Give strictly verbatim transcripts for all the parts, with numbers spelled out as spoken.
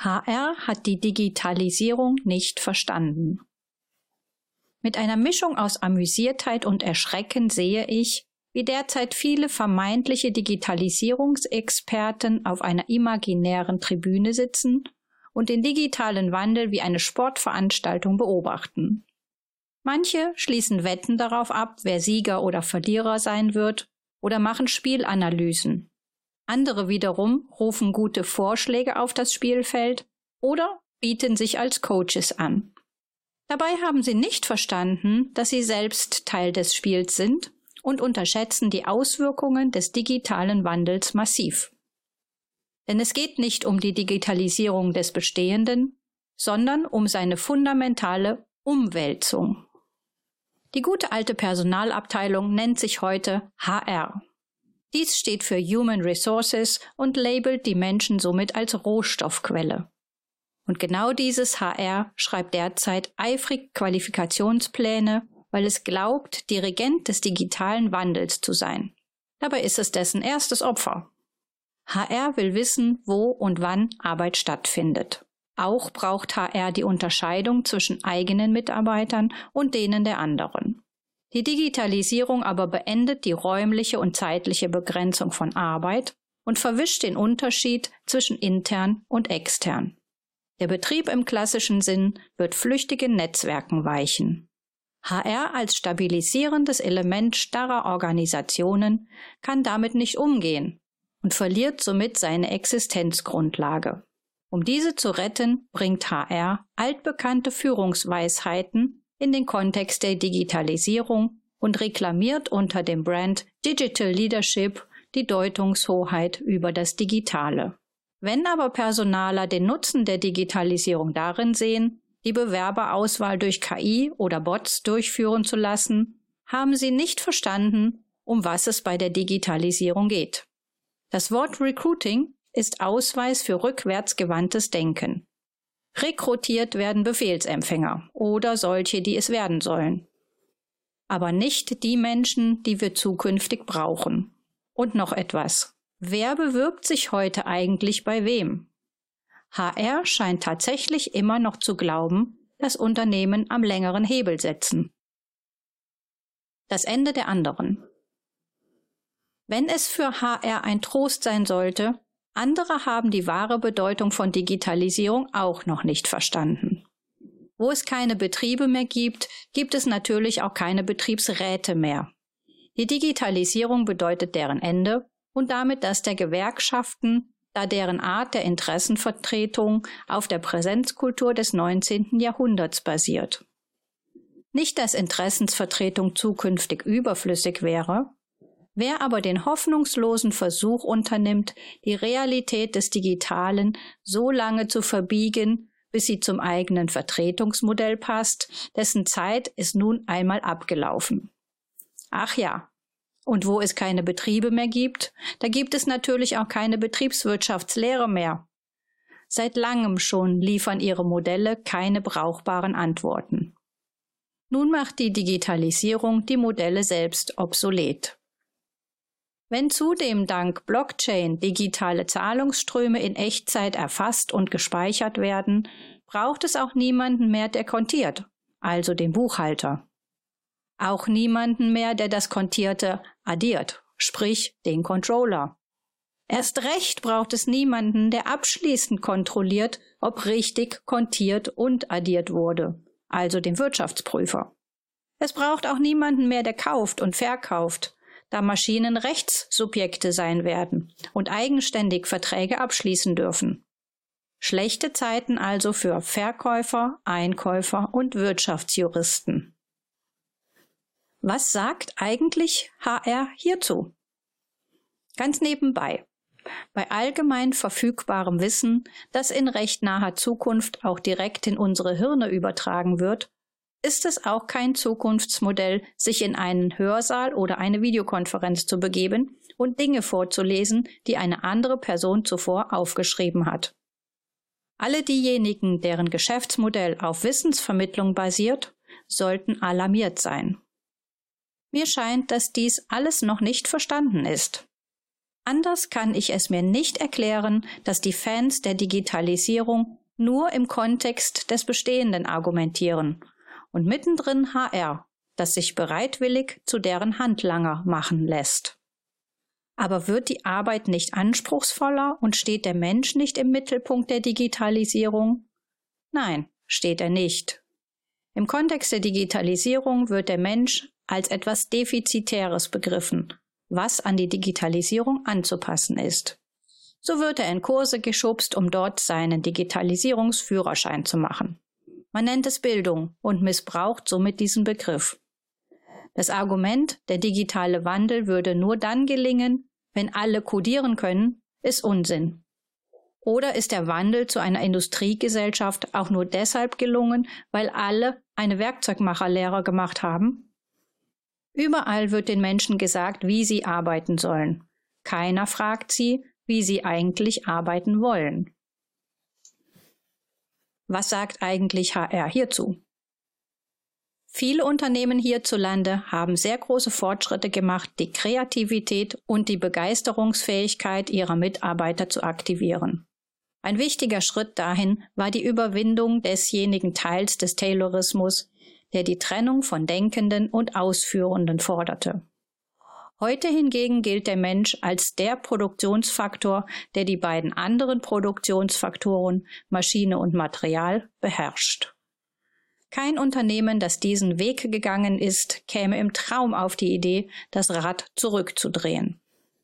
H R hat die Digitalisierung nicht verstanden. Mit einer Mischung aus Amüsiertheit und Erschrecken sehe ich, wie derzeit viele vermeintliche Digitalisierungsexperten auf einer imaginären Tribüne sitzen und den digitalen Wandel wie eine Sportveranstaltung beobachten. Manche schließen Wetten darauf ab, wer Sieger oder Verlierer sein wird, oder machen Spielanalysen. Andere wiederum rufen gute Vorschläge auf das Spielfeld oder bieten sich als Coaches an. Dabei haben sie nicht verstanden, dass sie selbst Teil des Spiels sind und unterschätzen die Auswirkungen des digitalen Wandels massiv. Denn es geht nicht um die Digitalisierung des Bestehenden, sondern um seine fundamentale Umwälzung. Die gute alte Personalabteilung nennt sich heute H R. Dies steht für Human Resources und labelt die Menschen somit als Rohstoffquelle. Und genau dieses H R schreibt derzeit eifrig Qualifikationspläne, weil es glaubt, Dirigent des digitalen Wandels zu sein. Dabei ist es dessen erstes Opfer. H R will wissen, wo und wann Arbeit stattfindet. Auch braucht H R die Unterscheidung zwischen eigenen Mitarbeitern und denen der anderen. Die Digitalisierung aber beendet die räumliche und zeitliche Begrenzung von Arbeit und verwischt den Unterschied zwischen intern und extern. Der Betrieb im klassischen Sinn wird flüchtigen Netzwerken weichen. H R als stabilisierendes Element starrer Organisationen kann damit nicht umgehen und verliert somit seine Existenzgrundlage. Um diese zu retten, bringt H R altbekannte Führungsweisheiten in den Kontext der Digitalisierung und reklamiert unter dem Brand Digital Leadership die Deutungshoheit über das Digitale. Wenn aber Personaler den Nutzen der Digitalisierung darin sehen, die Bewerberauswahl durch K I oder Bots durchführen zu lassen, haben sie nicht verstanden, um was es bei der Digitalisierung geht. Das Wort Recruiting ist Ausweis für rückwärtsgewandtes Denken. Rekrutiert werden Befehlsempfänger oder solche, die es werden sollen. Aber nicht die Menschen, die wir zukünftig brauchen. Und noch etwas. Wer bewirbt sich heute eigentlich bei wem? H R scheint tatsächlich immer noch zu glauben, dass Unternehmen am längeren Hebel setzen. Das Ende der anderen. Wenn es für H R ein Trost sein sollte, andere haben die wahre Bedeutung von Digitalisierung auch noch nicht verstanden. Wo es keine Betriebe mehr gibt, gibt es natürlich auch keine Betriebsräte mehr. Die Digitalisierung bedeutet deren Ende und damit das der Gewerkschaften, da deren Art der Interessenvertretung auf der Präsenzkultur des neunzehnten Jahrhunderts basiert. Nicht, dass Interessensvertretung zukünftig überflüssig wäre. Wer aber den hoffnungslosen Versuch unternimmt, die Realität des Digitalen so lange zu verbiegen, bis sie zum eigenen Vertretungsmodell passt, dessen Zeit ist nun einmal abgelaufen. Ach ja, und wo es keine Betriebe mehr gibt, da gibt es natürlich auch keine Betriebswirtschaftslehre mehr. Seit langem schon liefern ihre Modelle keine brauchbaren Antworten. Nun macht die Digitalisierung die Modelle selbst obsolet. Wenn zudem dank Blockchain digitale Zahlungsströme in Echtzeit erfasst und gespeichert werden, braucht es auch niemanden mehr, der kontiert, also den Buchhalter. Auch niemanden mehr, der das Kontierte addiert, sprich den Controller. Erst recht braucht es niemanden, der abschließend kontrolliert, ob richtig kontiert und addiert wurde, also den Wirtschaftsprüfer. Es braucht auch niemanden mehr, der kauft und verkauft, da Maschinen Rechtssubjekte sein werden und eigenständig Verträge abschließen dürfen. Schlechte Zeiten also für Verkäufer, Einkäufer und Wirtschaftsjuristen. Was sagt eigentlich H R hierzu? Ganz nebenbei. Bei allgemein verfügbarem Wissen, das in recht naher Zukunft auch direkt in unsere Hirne übertragen wird, ist es auch kein Zukunftsmodell, sich in einen Hörsaal oder eine Videokonferenz zu begeben und Dinge vorzulesen, die eine andere Person zuvor aufgeschrieben hat. Alle diejenigen, deren Geschäftsmodell auf Wissensvermittlung basiert, sollten alarmiert sein. Mir scheint, dass dies alles noch nicht verstanden ist. Anders kann ich es mir nicht erklären, dass die Fans der Digitalisierung nur im Kontext des Bestehenden argumentieren und mittendrin H R, das sich bereitwillig zu deren Handlanger machen lässt. Aber wird die Arbeit nicht anspruchsvoller und steht der Mensch nicht im Mittelpunkt der Digitalisierung? Nein, steht er nicht. Im Kontext der Digitalisierung wird der Mensch als etwas Defizitäres begriffen, was an die Digitalisierung anzupassen ist. So wird er in Kurse geschubst, um dort seinen Digitalisierungsführerschein zu machen. Man nennt es Bildung und missbraucht somit diesen Begriff. Das Argument, der digitale Wandel würde nur dann gelingen, wenn alle codieren können, ist Unsinn. Oder ist der Wandel zu einer Industriegesellschaft auch nur deshalb gelungen, weil alle eine Werkzeugmacherlehre gemacht haben? Überall wird den Menschen gesagt, wie sie arbeiten sollen. Keiner fragt sie, wie sie eigentlich arbeiten wollen. Was sagt eigentlich H R hierzu? Viele Unternehmen hierzulande haben sehr große Fortschritte gemacht, die Kreativität und die Begeisterungsfähigkeit ihrer Mitarbeiter zu aktivieren. Ein wichtiger Schritt dahin war die Überwindung desjenigen Teils des Taylorismus, der die Trennung von Denkenden und Ausführenden forderte. Heute hingegen gilt der Mensch als der Produktionsfaktor, der die beiden anderen Produktionsfaktoren, Maschine und Material, beherrscht. Kein Unternehmen, das diesen Weg gegangen ist, käme im Traum auf die Idee, das Rad zurückzudrehen.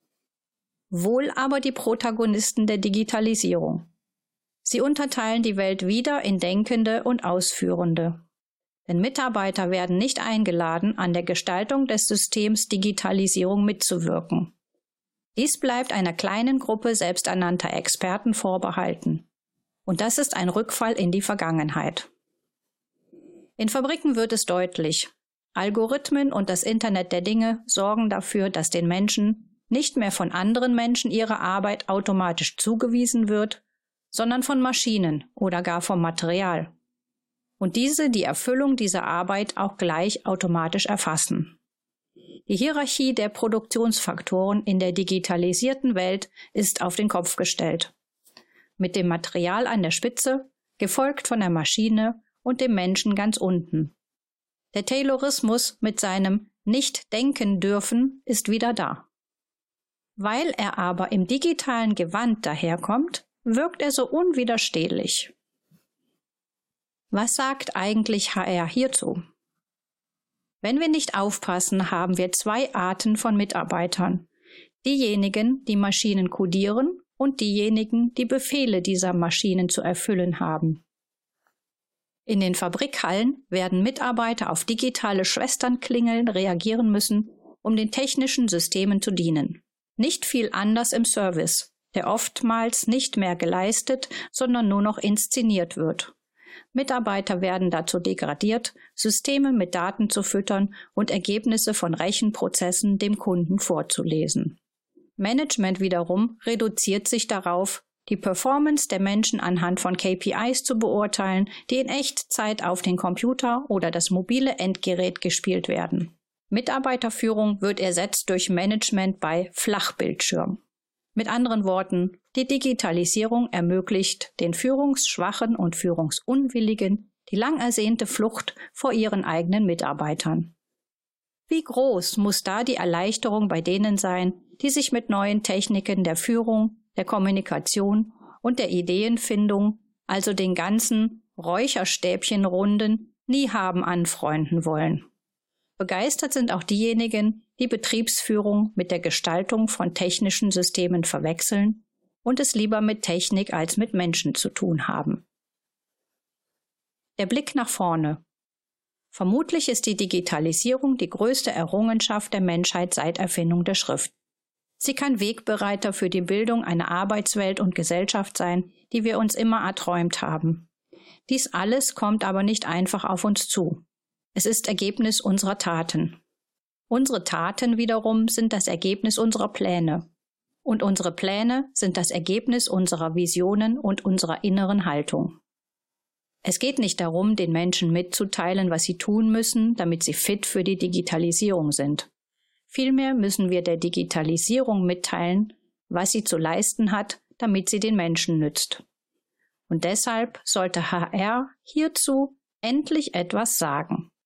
Wohl aber die Protagonisten der Digitalisierung. Sie unterteilen die Welt wieder in Denkende und Ausführende. Denn Mitarbeiter werden nicht eingeladen, an der Gestaltung des Systems Digitalisierung mitzuwirken. Dies bleibt einer kleinen Gruppe selbsternannter Experten vorbehalten. Und das ist ein Rückfall in die Vergangenheit. In Fabriken wird es deutlich. Algorithmen und das Internet der Dinge sorgen dafür, dass den Menschen nicht mehr von anderen Menschen ihre Arbeit automatisch zugewiesen wird, sondern von Maschinen oder gar vom Material. Und diese die Erfüllung dieser Arbeit auch gleich automatisch erfassen. Die Hierarchie der Produktionsfaktoren in der digitalisierten Welt ist auf den Kopf gestellt. Mit dem Material an der Spitze, gefolgt von der Maschine und dem Menschen ganz unten. Der Taylorismus mit seinem Nicht-Denken-Dürfen ist wieder da. Weil er aber im digitalen Gewand daherkommt, wirkt er so unwiderstehlich. Was sagt eigentlich H R hierzu? Wenn wir nicht aufpassen, haben wir zwei Arten von Mitarbeitern. Diejenigen, die Maschinen codieren und diejenigen, die Befehle dieser Maschinen zu erfüllen haben. In den Fabrikhallen werden Mitarbeiter auf digitale Schwesternklingeln reagieren müssen, um den technischen Systemen zu dienen. Nicht viel anders im Service, der oftmals nicht mehr geleistet, sondern nur noch inszeniert wird. Mitarbeiter werden dazu degradiert, Systeme mit Daten zu füttern und Ergebnisse von Rechenprozessen dem Kunden vorzulesen. Management wiederum reduziert sich darauf, die Performance der Menschen anhand von K P Is zu beurteilen, die in Echtzeit auf den Computer oder das mobile Endgerät gespielt werden. Mitarbeiterführung wird ersetzt durch Management bei Flachbildschirm. Mit anderen Worten, die Digitalisierung ermöglicht den Führungsschwachen und Führungsunwilligen die lang ersehnte Flucht vor ihren eigenen Mitarbeitern. Wie groß muss da die Erleichterung bei denen sein, die sich mit neuen Techniken der Führung, der Kommunikation und der Ideenfindung, also den ganzen Räucherstäbchenrunden, nie haben anfreunden wollen. Begeistert sind auch diejenigen, die Betriebsführung mit der Gestaltung von technischen Systemen verwechseln und es lieber mit Technik als mit Menschen zu tun haben. Der Blick nach vorne. Vermutlich ist die Digitalisierung die größte Errungenschaft der Menschheit seit Erfindung der Schrift. Sie kann Wegbereiter für die Bildung einer Arbeitswelt und Gesellschaft sein, die wir uns immer erträumt haben. Dies alles kommt aber nicht einfach auf uns zu. Es ist Ergebnis unserer Taten. Unsere Taten wiederum sind das Ergebnis unserer Pläne. Und unsere Pläne sind das Ergebnis unserer Visionen und unserer inneren Haltung. Es geht nicht darum, den Menschen mitzuteilen, was sie tun müssen, damit sie fit für die Digitalisierung sind. Vielmehr müssen wir der Digitalisierung mitteilen, was sie zu leisten hat, damit sie den Menschen nützt. Und deshalb sollte H R hierzu endlich etwas sagen.